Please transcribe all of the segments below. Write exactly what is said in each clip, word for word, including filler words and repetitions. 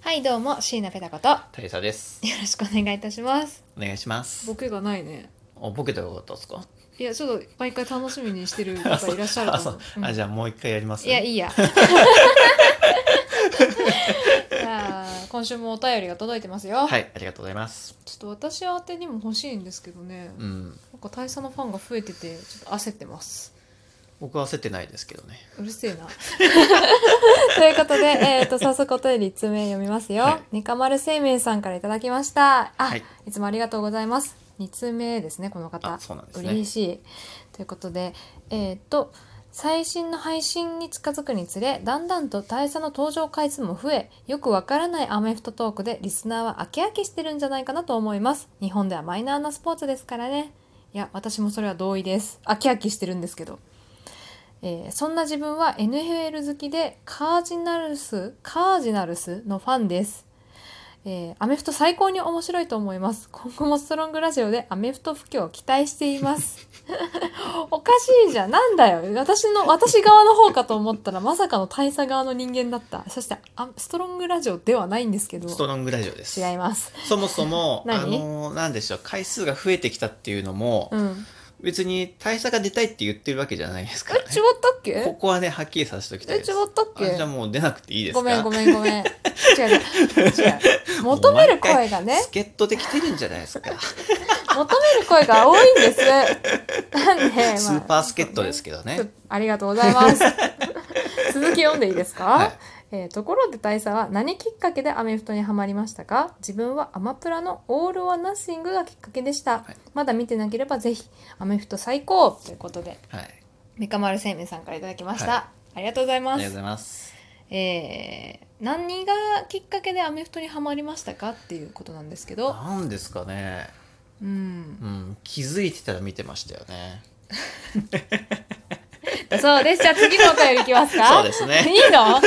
はいどうも椎名ペタことよ大佐です。 ろしくお願いいたします。 お願いします。 ボケがないね。 おボケたらよかったですか？ いやちょっと毎回楽しみにしてるあ方いらっしゃると思う。うん、 あじゃあもう一回やります。 いやいいやいや今週もお便りが届いてますよ。 はいありがとうございます。 ちょっと私宛てにも欲しいんですけどね、 うん、 なんか大佐のファンが増えててちょっと焦ってます。 僕は焦ってないですけどね。 うるせえなということで、えー、と早速お便りいつつめ読みますよ、 はい、 にかまる製麺さんからいただきました。あ、 はい、 いつもありがとうございます。につめですねこの方。 あそうなんですね。 嬉しい。ということでえっ、ー、と最新の配信に近づくにつれだんだんと大佐の登場回数も増え、よくわからないアメフトトークでリスナーは飽き飽きしてるんじゃないかなと思います。日本ではマイナーなスポーツですからね。いや私もそれは同意です。飽き飽きしてるんですけど、えー、そんな自分は エヌエフエル 好きでカージナルスカージナルスのファンです。えー、アメフト最高に面白いと思います。今後もストロングラジオでアメフト布教を期待していますおかしいじゃん。なんだよ、私の私側の方かと思ったらまさかの大佐側の人間だった。そしてあストロングラジオではないんですけど。 ストロングラジオです。 違います。 そもそもあ何のなんでしょう、回数が増えてきたっていうのも、うん別に大佐が出たいって言ってるわけじゃないですからね。 え、違ったっけ？ ここはね、はっきりさせておきたいです。 え、違ったっけ？ あじゃあもう出なくていいですか？ ごめんごめんごめん。違う違う。違う。求める声がね。 助っ人で来てるんじゃないですか。 求める声が多いんです。なんで、まあ、 スーパー助っ人ですけどね。 ありがとうございます。続き読んでいいですか？はい。えー、ところで大佐は何きっかけでアメフトにハマりましたか？自分はアマプラのオール・オア・ナッシングがきっかけでした、はい、まだ見てなければぜひ。アメフト最高ということで、はい、メカ丸製麺さんからいただきました、はい、ありがとうございます。 ありがとうございます。 えー、何がきっかけでアメフトにハマりましたかっていうことなんですけど。 なんですかね、うん、うん、気づいてたら見てましたよねそうです。じゃあ次のお便りいきますか？ そうですね。 いいの？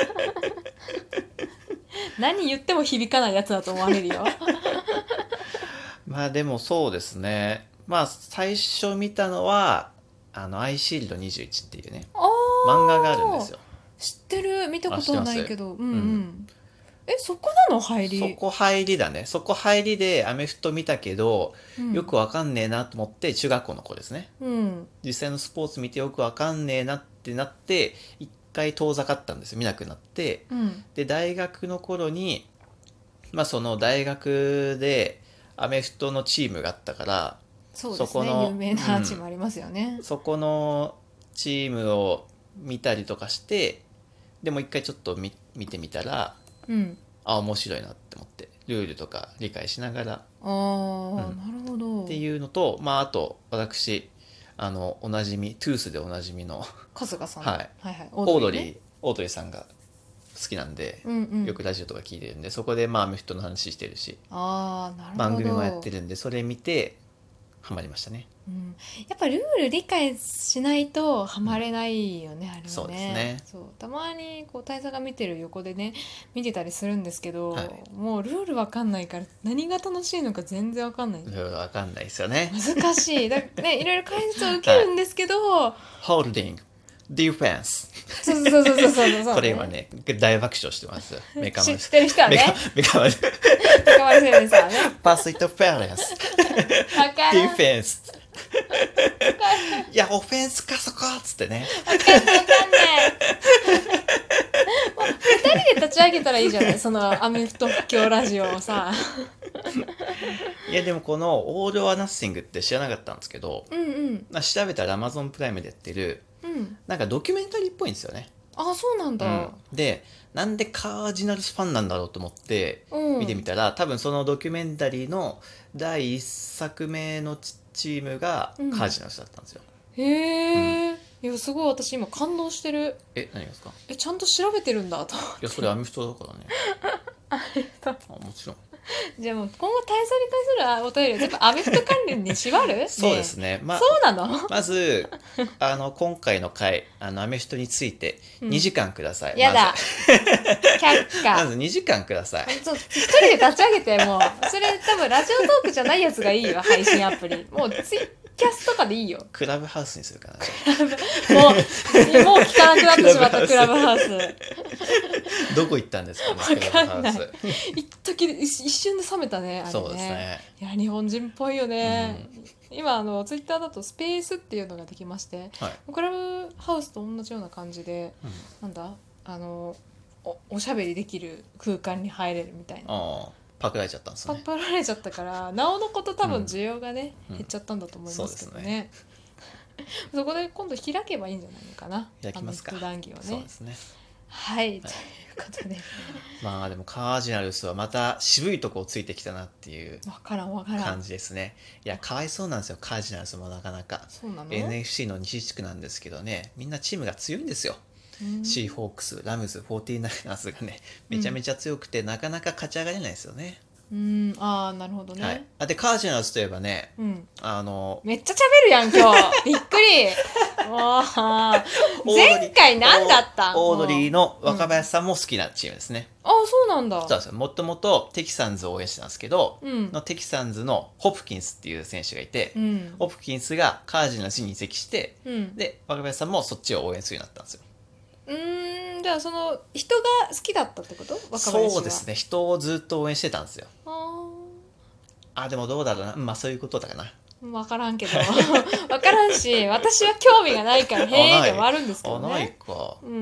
何言っても響かないやつだと思われるよ。 まあでもそうですね。まあ最初見たのはあのアイシールドにじゅういちっていうね漫画があるんですよ。 知ってる。見たことはないけど。うんうん。うん、え、そこなの入り？ そこ入りだね。そこ入りでアメフト見たけど、うん、よくわかんねえなと思って、中学校の子ですね、うん、実際のスポーツ見てよくわかんねえなってなって一回遠ざかったんですよ。見なくなって、うん、で大学の頃にまあその大学でアメフトのチームがあったから、 そうですね、そこの有名なチームありますよね、 うん、そこのチームを見たりとかして、でも一回ちょっと 見, 見てみたら、うん、あ面白いなって思ってルールとか理解しながら、 あ、うん、なるほどっていうのと、まああと私あのおなじみトゥースでおなじみの春日さん、 はいはいはい、オードリー、ね、オードリーさんが好きなんで、うんうん、よくラジオとか聞いてるんで、そこでまあアメフトの話してるし、 あなるほど、 番組もやってるんでそれ見てハマりましたね、 うん、やっぱルール理解しないとハマれないよね、うん、あれはね。 そうですね。 そうたまにこう大佐が見てる横でね見てたりするんですけど、はい、もうルールわかんないから何が楽しいのか全然わかんない。 ルールわかんないですよね。 難しいだ、ね、いろいろ解説を受けるんですけど、はい、 ホールディングディフェンスそうそうそうそうそうそう、ね、 これ今ね大爆笑してます。メカマ知ってる人はね、 メカマメカマルセルさんはねパスイントフェアレスディフェンスいやオフェンスかそこっつってね、 分かんない分かんないもうふたりで立ち上げたらいいじゃない、そのアメフト布教ラジオをさいやでもこのオール・オア・ナッシングって知らなかったんですけど、うんうん、調べたら Amazon プライムでやってる、うん、なんかドキュメンタリーっぽいんですよね。 あ、そうなんだ、うん、 でなんでカージナルスファンなんだろうと思って見てみたら、うん、多分そのドキュメンタリーのだいいっさくめのチームがカージナルスだったんですよ、 うん、へえ、うん、いやすごい私今感動してる。 え、何がですか？え、 ちゃんと調べてるんだと。いやそれアメフトだからねアメフト、 あもちろん。 じゃあもう今後大佐に対するお便りは全部アメフト関連に縛る？ そうですね、まあ、 そうなの？ まずあの今回の回あのアメフトについてにじかんください、 うん、やだ却下まずにじかんください。 ちょっと一人で立ち上げて、もうそれ多分ラジオトークじゃないやつがいいよ配信アプリ。もうツイキャスとかでいいよ。 クラブハウスにするかな。 もうもう聞かなくなってしまったクラブハウス。 どこ行ったんですかね。 わかんない。一時一瞬で冷めたね。あれね。 そうですね。 いや日本人っぽいよね。うん、今あのツイッターだとスペースっていうのができまして、はい、クラブハウスと同じような感じで、うん、なんだあの お, おしゃべりできる空間に入れるみたいな。 あパクられちゃったんですね。 パクられちゃったからなおのこと多分需要がね、うん、減っちゃったんだと思いますけどね。うん、 そ, ねそこで今度開けばいいんじゃないのかな。 開きますか。 アメフト談義をね。 そうですね。 はい、はい、ということでまあでもカージナルスはまた渋いとこをついてきたなっていう感じですね。いやかわいそうなんですよカージナルスもなかなか。 そうなの？ エヌエフシー の西地区なんですけどね、みんなチームが強いんですよ。シーホークス、ラムズ、フォーティーナイナーズがねめちゃめちゃ強くて、うん、なかなか勝ち上がれないですよね。 うん、ああなるほどね。 はい、あでカージナルスといえばね、うん、あのめっちゃ喋るやん今日びっくりもう前回何だったん？ オードリーの若林さんも好きなチームですね。 うん、ああそうなんだ。 そうですよ。もともとテキサンズを応援してたんですけど、うん、のテキサンズのホプキンスっていう選手がいて、うん、ホプキンスがカージナルスに移籍して、うん、で若林さんもそっちを応援するようになったんですよ。 うーんじゃあその人が好きだったってこと？若林は。 そうですね。人をずっと応援してたんですよ。ああでもどうだろうな。まあそういうことだかな。 分からんけど分からんし私は興味がないからへえで終わるんですけどね。 あないか、うんうん、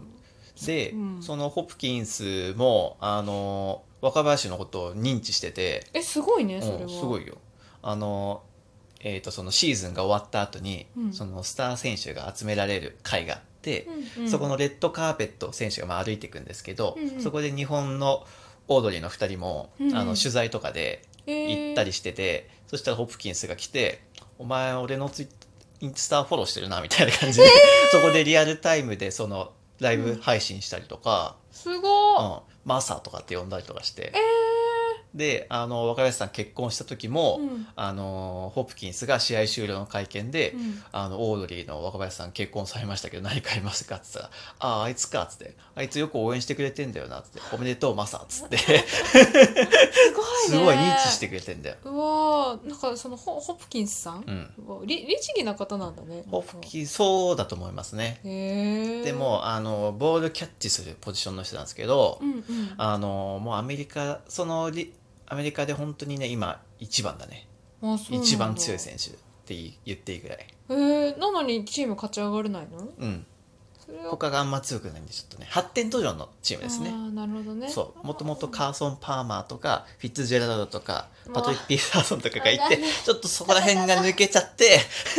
で、うん、そのホプキンスもあの若林のことを認知してて。 えすごいねそれは、 うん、すごいよ。あのえーとそのシーズンが終わった後に、うん、そのスター選手が集められる会があって、うんうん、そこのレッドカーペットを選手がまあ歩いていくんですけど、うんうん、そこで日本のオードリーのふたりも、うんうん、あの取材とかで行ったりしてて、えー、そしたらホプキンスが来てお前俺のツイインスタフォローしてるなみたいな感じで、えー、そこでリアルタイムでそのライブ配信したりとか、 うん、すごい、 うん、マサとかって呼んだりとかして、 えーであの若林さん結婚した時も、うん、あのホプキンスが試合終了の会見で、うん、あのオードリーの若林さん結婚されましたけど何かありますかって言ったら「あああいつか」っつって「あいつよく応援してくれてんだよな」っつって「おめでとうマサ」っつってすごいねすごい認知してくれてんだよ。 うわなんかその ホ, ホプキンスさん、うん、律儀な方なんだね。 ホプキンスそうだと思いますね。 へでもあのボールキャッチするポジションの人なんですけど、うんうん、あのもうアメリカそのリアメリカで本当にね今一番だね。 あそうなんだ。 一番強い選手って言っていいぐらい。 えー、なのにチーム勝ち上がれないの？ うん他があんま強くないんでちょっとね発展途上のチームですね。 あなるほどね。 そうもともとカーソン・パーマーとかフィッツジェラルドとかパトリック・ピーターソンとかがいてちょっとそこら辺が抜けちゃって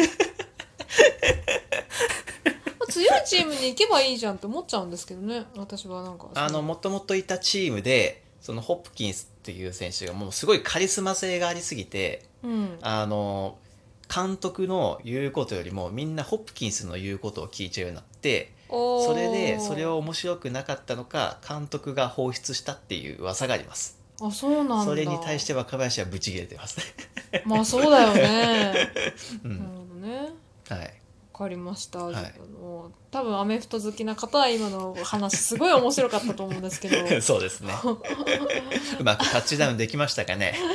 強いチームに行けばいいじゃんって思っちゃうんですけどね私は。なんかあのもともといたチームでそのホプキンスっていう選手がもうすごいカリスマ性がありすぎて、うん、あの監督の言うことよりもみんなホプキンスの言うことを聞いちゃうようになってそれでそれを面白くなかったのか監督が放出したっていう噂があります。 あそうなんだ。 それに対して若林はブチ切れてますねまあそうだよね、うん、なるほどね。 はいわかりました、はい、もう多分アメフト好きな方は今の話すごい面白かったと思うんですけどそうですねうまくタッチダウンできましたかね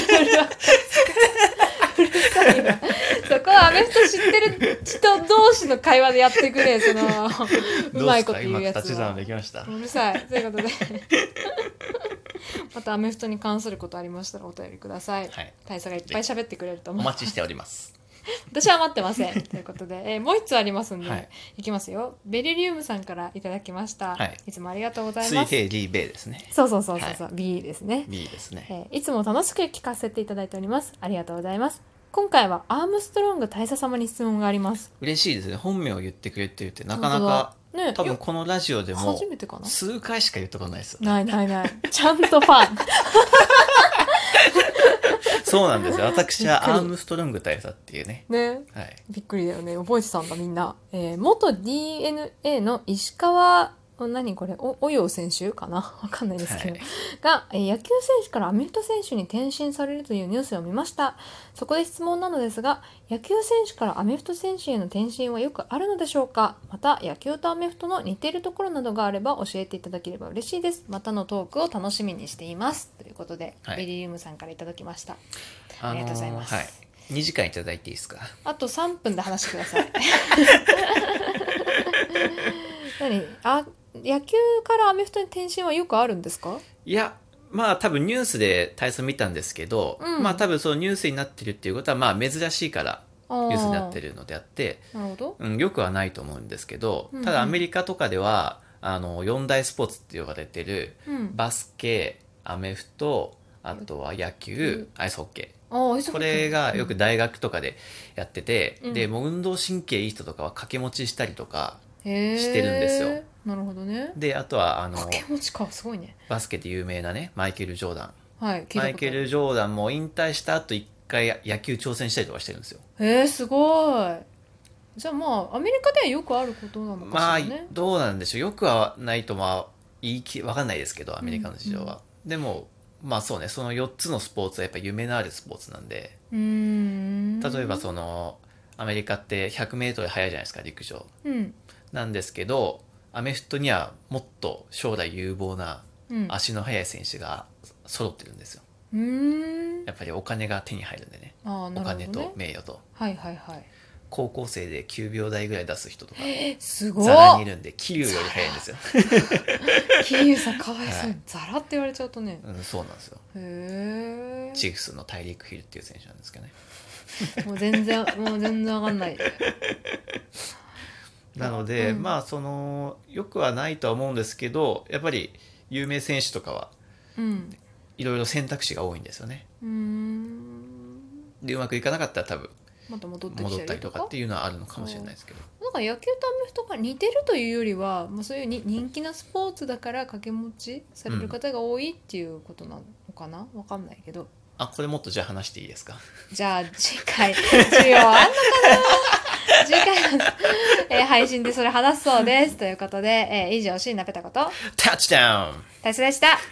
うるさいなそこはアメフト知ってる人同士の会話でやってくれそのうまいこと言うやつは。 うまくタッチダウンできました。 うるさいということでまたアメフトに関することありましたらお便りください、はい、大佐がいっぱい喋ってくれると思う。 お待ちしております私は待ってませんということで、えー、もう一つありますんで、はい、いきますよ。ベリリウムさんからいただきました、はい、いつもありがとうございます。 水平リーベイですね。 そうそうそうそうそう、はい、B ですね。 B ですね、 えー、いつも楽しく聞かせていただいております。ありがとうございます。今回はアームストロング大佐様に質問があります。 嬉しいですね。本名を言ってくれてるってなかなか、ね、多分このラジオでも数回しか言ったことないですよ、ね、 ないないないちゃんとファンそうなんですよ。私はアームストロング大佐っていうね。 ね、 はい、 びっくりだよね。覚えてたんだみんな。えー、元 ディーエヌエー の石川何これおおよう選手かなわかんないですけど、はい、が、えー、野球選手からアメフト選手に転身されるというニュースを見ました。そこで質問なのですが、野球選手からアメフト選手への転身はよくあるのでしょうか。また野球とアメフトの似ているところなどがあれば教えていただければ嬉しいです。またのトークを楽しみにしていますということで、はい、ベリリウムさんからいただきました。ありがとうございます、 はい、 にじかんいただいていいですか？ あとさんぷんで話してください。何あ野球からアメフトに転身はよくあるんですか？ いや、まあ多分ニュースで体操見たんですけど、うん、まあ多分そのニュースになってるっていうことはまあ珍しいからニュースになってるのであって、 なるほど、 うん、よくはないと思うんですけど、ただアメリカとかでは、うんうん、あのよん大スポーツって呼ばれてる、うん、バスケ、アメフト、あとは野球、うん、アイスホッケー。これがよく大学とかでやってて、うん、でもう運動神経いい人とかは掛け持ちしたりとかしてるんですよ。 なるほどね。 で、あとはあの掛け持ちか、すごいね。 バスケで有名なね、マイケル・ジョーダン。 はい、 マイケル・ジョーダンも引退した後一回野球挑戦したりとかしてるんですよ。 へえ、すごい。じゃあまあアメリカではよくあることなのかしらね。 まあどうなんでしょう。よくはないとまあ言いきわかんないですけど、アメリカの事情は。うんうん、でもまあそうね、そのよっつのスポーツはやっぱ夢のあるスポーツなんで。 うーん、 例えばそのアメリカってひゃくメートル速いじゃないですか、陸上。 うん、 なんですけど、アメフトにはもっと将来有望な足の速い選手が揃ってるんですよ。 うーん、 やっぱりお金が手に入るんでね。 あ、なるほどね。 お金と名誉と。 はいはいはい。 高校生できゅうびょう台ぐらい出す人とかすごいザラにいるんで、桐生より速いんですよ。 桐生さんかわいそうに、はい、ザラって言われちゃうとね、 うん、そうなんですよ。 へえ。 チーフスのタイリーク・ヒルっていう選手なんですけどね。 もう全然もう全然わかんない。 なので、 うん、 まあそのよくはないとは思うんですけど、やっぱり有名選手とかは、うん、いろいろ選択肢が多いんですよね。 うーん、 でうまくいかなかったら多分また戻ってき戻ったりとかっていうのはあるのかもしれないですけど、 なんか野球とアメフトが似てるというよりは、まあ、そういうに人気なスポーツだから掛け持ちされる方が多いっていうことなのかな、わかんないけど。 あ、これもっとじゃあ話していいですか？ じゃあ次回需要あんのかな。次回の、えー、配信でそれ話すそうですということで、えー、以上シーナペタことタッチダウンタイスでした。